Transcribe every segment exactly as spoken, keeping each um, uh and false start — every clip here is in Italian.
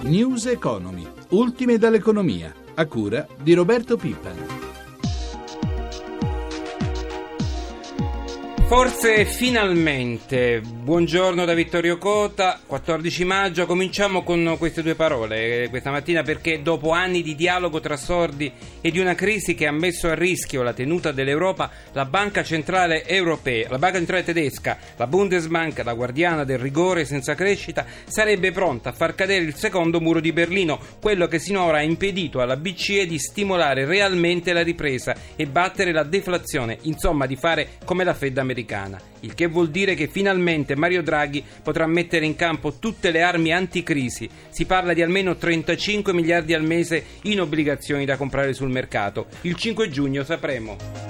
News Economy, ultime dall'economia, a cura di Roberto Pippan. Forse finalmente, buongiorno da Vittorio Cota, quattordici maggio, cominciamo con queste due parole questa mattina perché dopo anni di dialogo tra sordi e di una crisi che ha messo a rischio la tenuta dell'Europa, la Banca Centrale Europea, la Banca Centrale Tedesca, la Bundesbank, la guardiana del rigore senza crescita, sarebbe pronta a far cadere il secondo muro di Berlino, quello che sinora ha impedito alla B C E di stimolare realmente la ripresa e battere la deflazione, insomma di fare come la Fed americana. Il che vuol dire che finalmente Mario Draghi potrà mettere in campo tutte le armi anticrisi. Si parla di almeno trentacinque miliardi al mese in obbligazioni da comprare sul mercato. Il cinque giugno sapremo.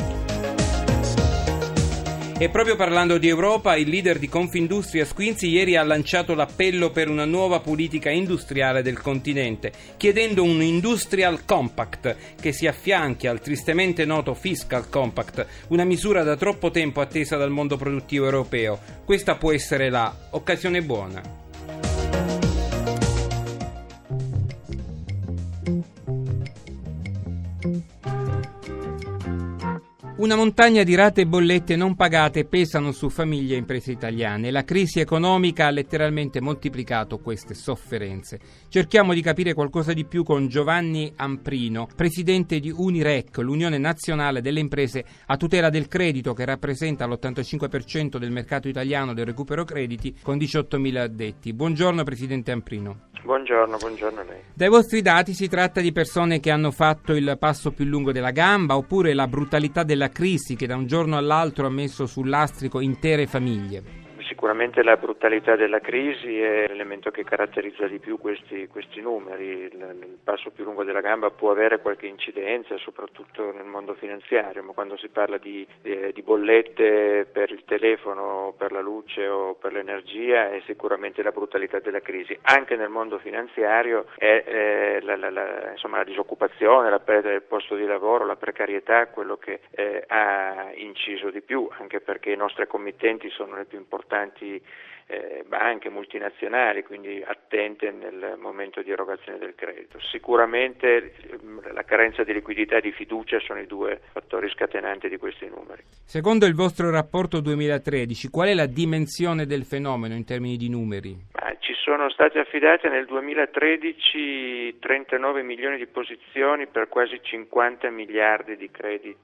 E proprio parlando di Europa, il leader di Confindustria Squinzi ieri ha lanciato l'appello per una nuova politica industriale del continente, chiedendo un Industrial Compact che si affianchi al tristemente noto Fiscal Compact, una misura da troppo tempo attesa dal mondo produttivo europeo. Questa può essere la occasione buona. Una montagna di rate e bollette non pagate pesano su famiglie e imprese italiane. La crisi economica ha letteralmente moltiplicato queste sofferenze. Cerchiamo di capire qualcosa di più con Giovanni Amprino, presidente di Unirec, l'Unione Nazionale delle Imprese a tutela del credito, che rappresenta l'ottantacinque per cento del mercato italiano del recupero crediti, con diciottomila addetti. Buongiorno Presidente Amprino. Buongiorno, buongiorno a lei. Dai vostri dati si tratta di persone che hanno fatto il passo più lungo della gamba, oppure la brutalità della crisi che da un giorno all'altro ha messo sul lastrico intere famiglie? Sicuramente la brutalità della crisi è l'elemento che caratterizza di più questi, questi numeri. Il, il passo più lungo della gamba può avere qualche incidenza, soprattutto nel mondo finanziario, ma quando si parla di, eh, di bollette per il telefono, per la luce o per l'energia è sicuramente la brutalità della crisi. Anche nel mondo finanziario è eh, la, la, la, insomma, la disoccupazione, la perdita del posto di lavoro, la precarietà, quello che eh, ha inciso di più, anche perché i nostri committenti sono le più importanti Eh, banche multinazionali, quindi attente nel momento di erogazione del credito. Sicuramente la carenza di liquidità e di fiducia sono i due fattori scatenanti di questi numeri. Secondo il vostro rapporto duemilatredici, qual è la dimensione del fenomeno in termini di numeri? Ma ci sono state affidate nel duemilatredici trentanove milioni di posizioni per quasi cinquanta miliardi di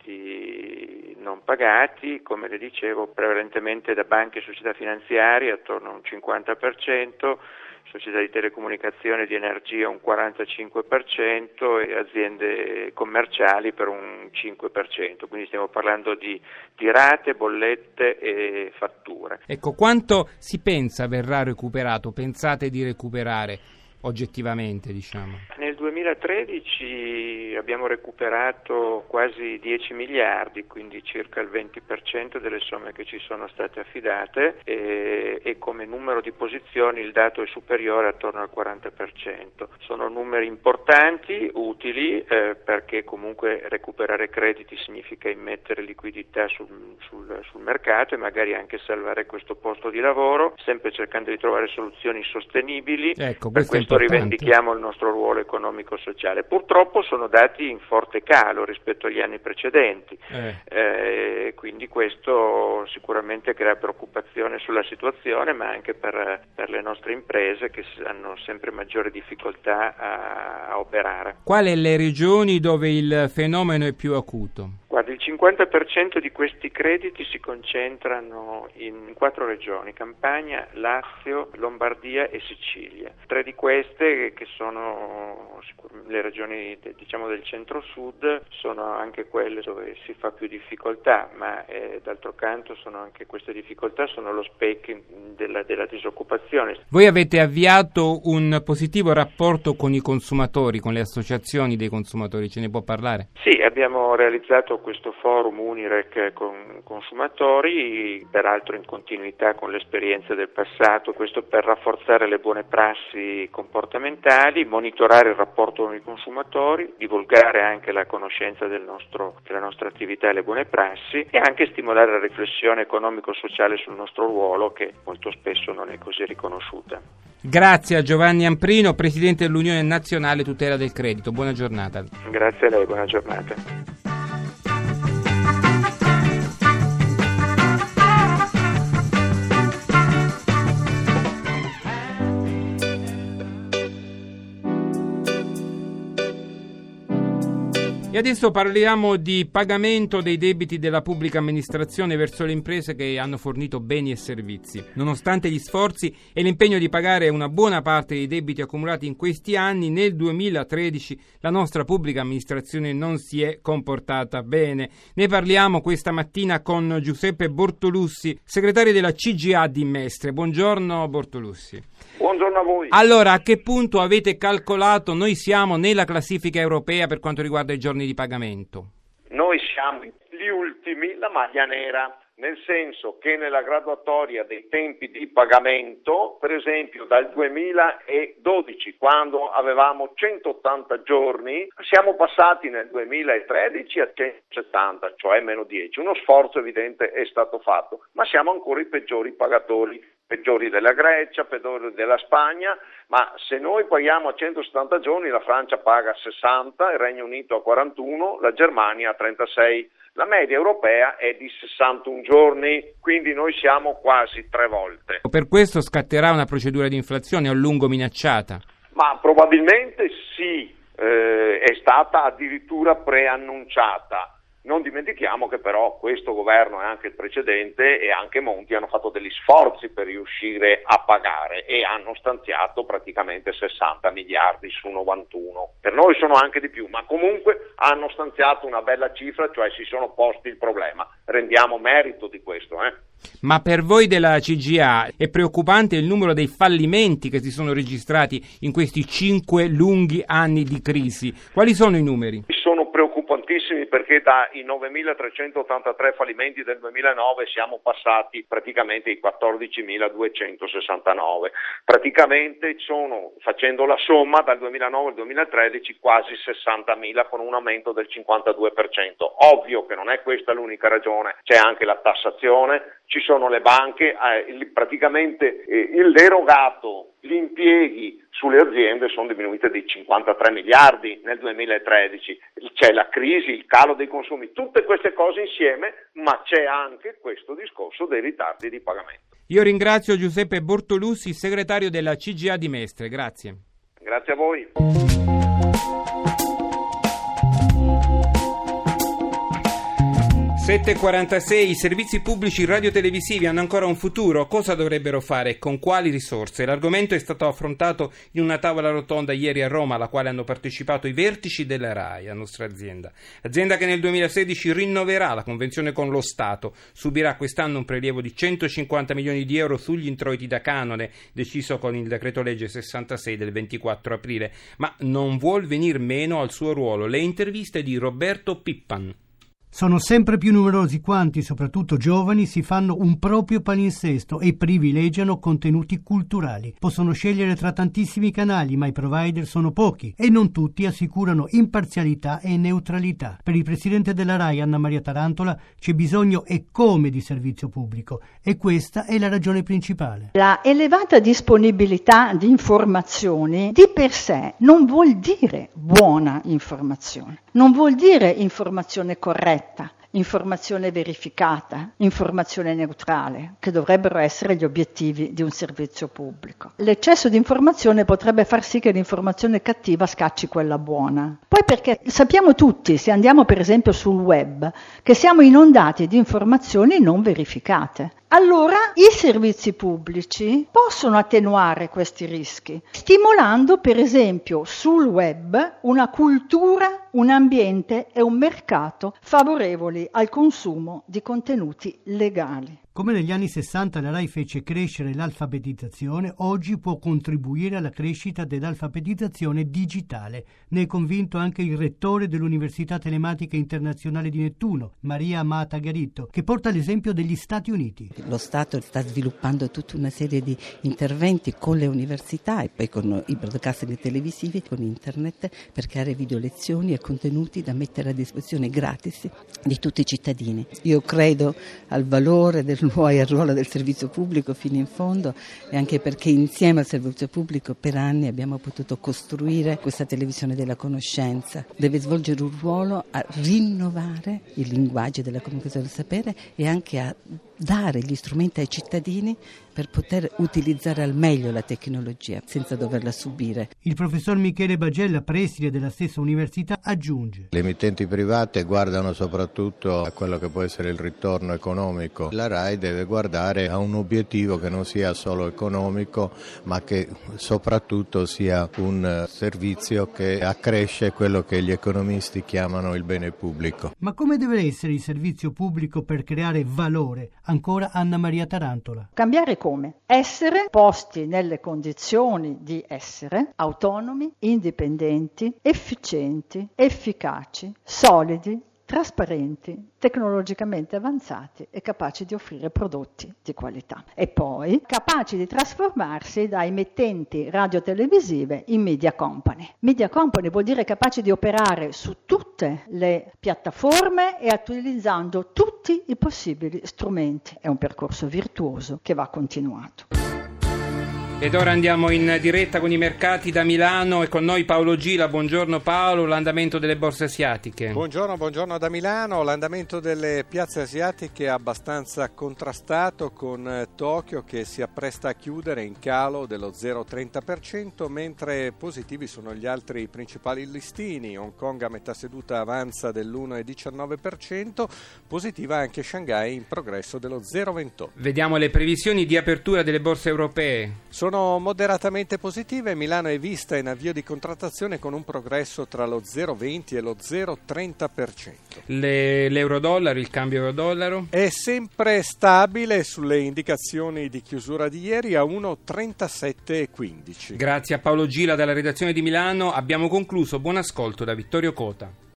crediti non pagati, come le dicevo, prevalentemente da banche e società finanziarie attorno a un cinquanta per cento, società di telecomunicazione e di energia un quarantacinque per cento e aziende commerciali per un cinque per cento, quindi stiamo parlando di, di rate, bollette e fatture. Ecco, quanto si pensa verrà recuperato? Pensate di recuperare oggettivamente, diciamo? Nel duemilatredici abbiamo recuperato quasi dieci miliardi, quindi circa il venti per cento delle somme che ci sono state affidate e, e come numero di posizioni il dato è superiore attorno al quaranta per cento. Sono numeri importanti, utili, eh, perché comunque recuperare crediti significa immettere liquidità sul, sul, sul mercato e magari anche salvare questo posto di lavoro, sempre cercando di trovare soluzioni sostenibili. Ecco, per questo rivendichiamo il nostro ruolo economico-sociale. Purtroppo sono dati in forte calo rispetto agli anni precedenti, eh. Eh, quindi questo sicuramente crea preoccupazione sulla situazione, ma anche per, per le nostre imprese che hanno sempre maggiore difficoltà a, a operare. Quali le regioni dove il fenomeno è più acuto? Guarda, il cinquanta per cento di questi crediti si concentrano in quattro regioni: Campania, Lazio, Lombardia e Sicilia. Tre di queste, che sono le regioni diciamo del centro-sud, sono anche quelle dove si fa più difficoltà, ma eh, d'altro canto sono anche queste difficoltà sono lo specchio della, della disoccupazione. Voi avete avviato un positivo rapporto con i consumatori, con le associazioni dei consumatori, ce ne può parlare? Sì, abbiamo realizzato questo forum Unirec con consumatori, peraltro in continuità con l'esperienza del passato, questo per rafforzare le buone prassi comportamentali, monitorare il rapporto con i consumatori, divulgare anche la conoscenza del nostro, della nostra attività e le buone prassi e anche stimolare la riflessione economico-sociale sul nostro ruolo, che molto spesso non è così riconosciuta. Grazie a Giovanni Amprino, Presidente dell'Unione Nazionale Tutela del Credito. Buona giornata. Grazie a lei, buona giornata. E adesso parliamo di pagamento dei debiti della pubblica amministrazione verso le imprese che hanno fornito beni e servizi. Nonostante gli sforzi e l'impegno di pagare una buona parte dei debiti accumulati in questi anni, nel duemilatredici la nostra pubblica amministrazione non si è comportata bene. Ne parliamo questa mattina con Giuseppe Bortolussi, segretario della C G A di Mestre. Buongiorno Bortolussi. Buongiorno a voi. Allora, a che punto avete calcolato? Noi siamo nella classifica europea per quanto riguarda i giorni di pagamento. Noi siamo gli ultimi, la maglia nera, nel senso che nella graduatoria dei tempi di pagamento, per esempio dal duemiladodici, quando avevamo centottanta giorni, siamo passati nel duemilatredici a centosettanta, cioè meno dieci. Uno sforzo evidente è stato fatto, ma siamo ancora i peggiori pagatori. Peggiori della Grecia, peggiori della Spagna, ma se noi paghiamo a centosettanta giorni, la Francia paga a sessanta, il Regno Unito a quarantuno, la Germania a trentasei. La media europea è di sessantuno giorni, quindi noi siamo quasi tre volte. Per questo scatterà una procedura di infrazione a lungo minacciata? Ma probabilmente sì, eh, è stata addirittura preannunciata. Non dimentichiamo che però questo governo e anche il precedente e anche Monti hanno fatto degli sforzi per riuscire a pagare e hanno stanziato praticamente sessanta miliardi su novantuno. Per noi sono anche di più, ma comunque hanno stanziato una bella cifra, cioè si sono posti il problema. Rendiamo merito di questo, eh? Ma per voi della C G A è preoccupante il numero dei fallimenti che si sono registrati in questi cinque lunghi anni di crisi. Quali sono i numeri? Sono preoccupantissimi perché dai novantatré fallimenti del duemilanove siamo passati praticamente ai quattordicimiladuecentosessantanove. Praticamente sono, facendo la somma, dal duemilanove al duemilatredici quasi sessantamila con un aumento del cinquantadue per cento. Ovvio che non è questa l'unica ragione, c'è anche la tassazione, ci sono le banche, eh, praticamente eh, il derogato, gli impieghi sulle aziende sono diminuiti di cinquantatré miliardi nel duemilatredici, c'è la crisi, il calo dei consumi, tutte queste cose insieme, ma c'è anche questo discorso dei ritardi di pagamento. Io ringrazio Giuseppe Bortolussi, segretario della C G A di Mestre, grazie. Grazie a voi. sette e quarantasei, i servizi pubblici radiotelevisivi hanno ancora un futuro? Cosa dovrebbero fare e con quali risorse? L'argomento è stato affrontato in una tavola rotonda ieri a Roma, alla quale hanno partecipato i vertici della RAI, la nostra azienda. Azienda che nel duemilasedici rinnoverà la convenzione con lo Stato, subirà quest'anno un prelievo di centocinquanta milioni di euro sugli introiti da canone, deciso con il decreto legge sessantasei del ventiquattro aprile, ma non vuol venir meno al suo ruolo. Le interviste di Roberto Pippan. Sono sempre più numerosi quanti, soprattutto giovani, si fanno un proprio palinsesto e privilegiano contenuti culturali. Possono scegliere tra tantissimi canali, ma i provider sono pochi e non tutti assicurano imparzialità e neutralità. Per il presidente della RAI, Anna Maria Tarantola, c'è bisogno e come di servizio pubblico e questa è la ragione principale. La elevata disponibilità di informazioni di per sé non vuol dire buona informazione, non vuol dire informazione corretta, informazione verificata, informazione neutrale, che dovrebbero essere gli obiettivi di un servizio pubblico. L'eccesso di informazione potrebbe far sì che l'informazione cattiva scacci quella buona. Poi perché sappiamo tutti, se andiamo per esempio sul web, che siamo inondati di informazioni non verificate. Allora i servizi pubblici possono attenuare questi rischi, stimolando per esempio sul web una cultura, un ambiente e un mercato favorevoli al consumo di contenuti legali. Come negli anni sessanta la RAI fece crescere l'alfabetizzazione, oggi può contribuire alla crescita dell'alfabetizzazione digitale. Ne è convinto anche il rettore dell'Università Telematica Internazionale di Nettuno, Maria Amata Garito, che porta l'esempio degli Stati Uniti. Lo Stato sta sviluppando tutta una serie di interventi con le università e poi con i broadcasting televisivi, con internet, per creare video lezioni e contenuti da mettere a disposizione gratis di tutti i cittadini. Io credo al valore del il ruolo del servizio pubblico fino in fondo, e anche perché insieme al servizio pubblico per anni abbiamo potuto costruire questa televisione della conoscenza. Deve svolgere un ruolo a rinnovare il linguaggio della comunicazione del sapere e anche a dare gli strumenti ai cittadini per poter utilizzare al meglio la tecnologia senza doverla subire. Il professor Michele Bagella, preside della stessa università, aggiunge: le emittenti private guardano soprattutto a quello che può essere il ritorno economico. La RAI deve guardare a un obiettivo che non sia solo economico, ma che soprattutto sia un servizio che accresce quello che gli economisti chiamano il bene pubblico. Ma come deve essere il servizio pubblico per creare valore? Ancora Anna Maria Tarantola. Cambiare come? Essere posti nelle condizioni di essere autonomi, indipendenti, efficienti, efficaci, solidi, trasparenti, tecnologicamente avanzati e capaci di offrire prodotti di qualità. E poi capaci di trasformarsi da emittenti radiotelevisive in media company. Media company vuol dire capaci di operare su tutte le piattaforme e utilizzando tutti i possibili strumenti. È un percorso virtuoso che va continuato. Ed ora andiamo in diretta con i mercati da Milano e con noi Paolo Gila. Buongiorno Paolo, l'andamento delle borse asiatiche. Buongiorno, buongiorno da Milano. L'andamento delle piazze asiatiche è abbastanza contrastato, con Tokyo che si appresta a chiudere in calo dello zero virgola trenta per cento, mentre positivi sono gli altri principali listini. Hong Kong a metà seduta avanza dell'uno virgola diciannove per cento, positiva anche Shanghai in progresso dello zero virgola ventotto. Vediamo le previsioni di apertura delle borse europee. Sono Sono moderatamente positive. Milano è vista in avvio di contrattazione con un progresso tra lo zero virgola venti e lo zero virgola trenta per cento. Le, l'euro-dollaro, il cambio euro-dollaro? È sempre stabile sulle indicazioni di chiusura di ieri a uno virgola trentasette quindici. Grazie a Paolo Gila dalla redazione di Milano. Abbiamo concluso. Buon ascolto da Vittorio Cota.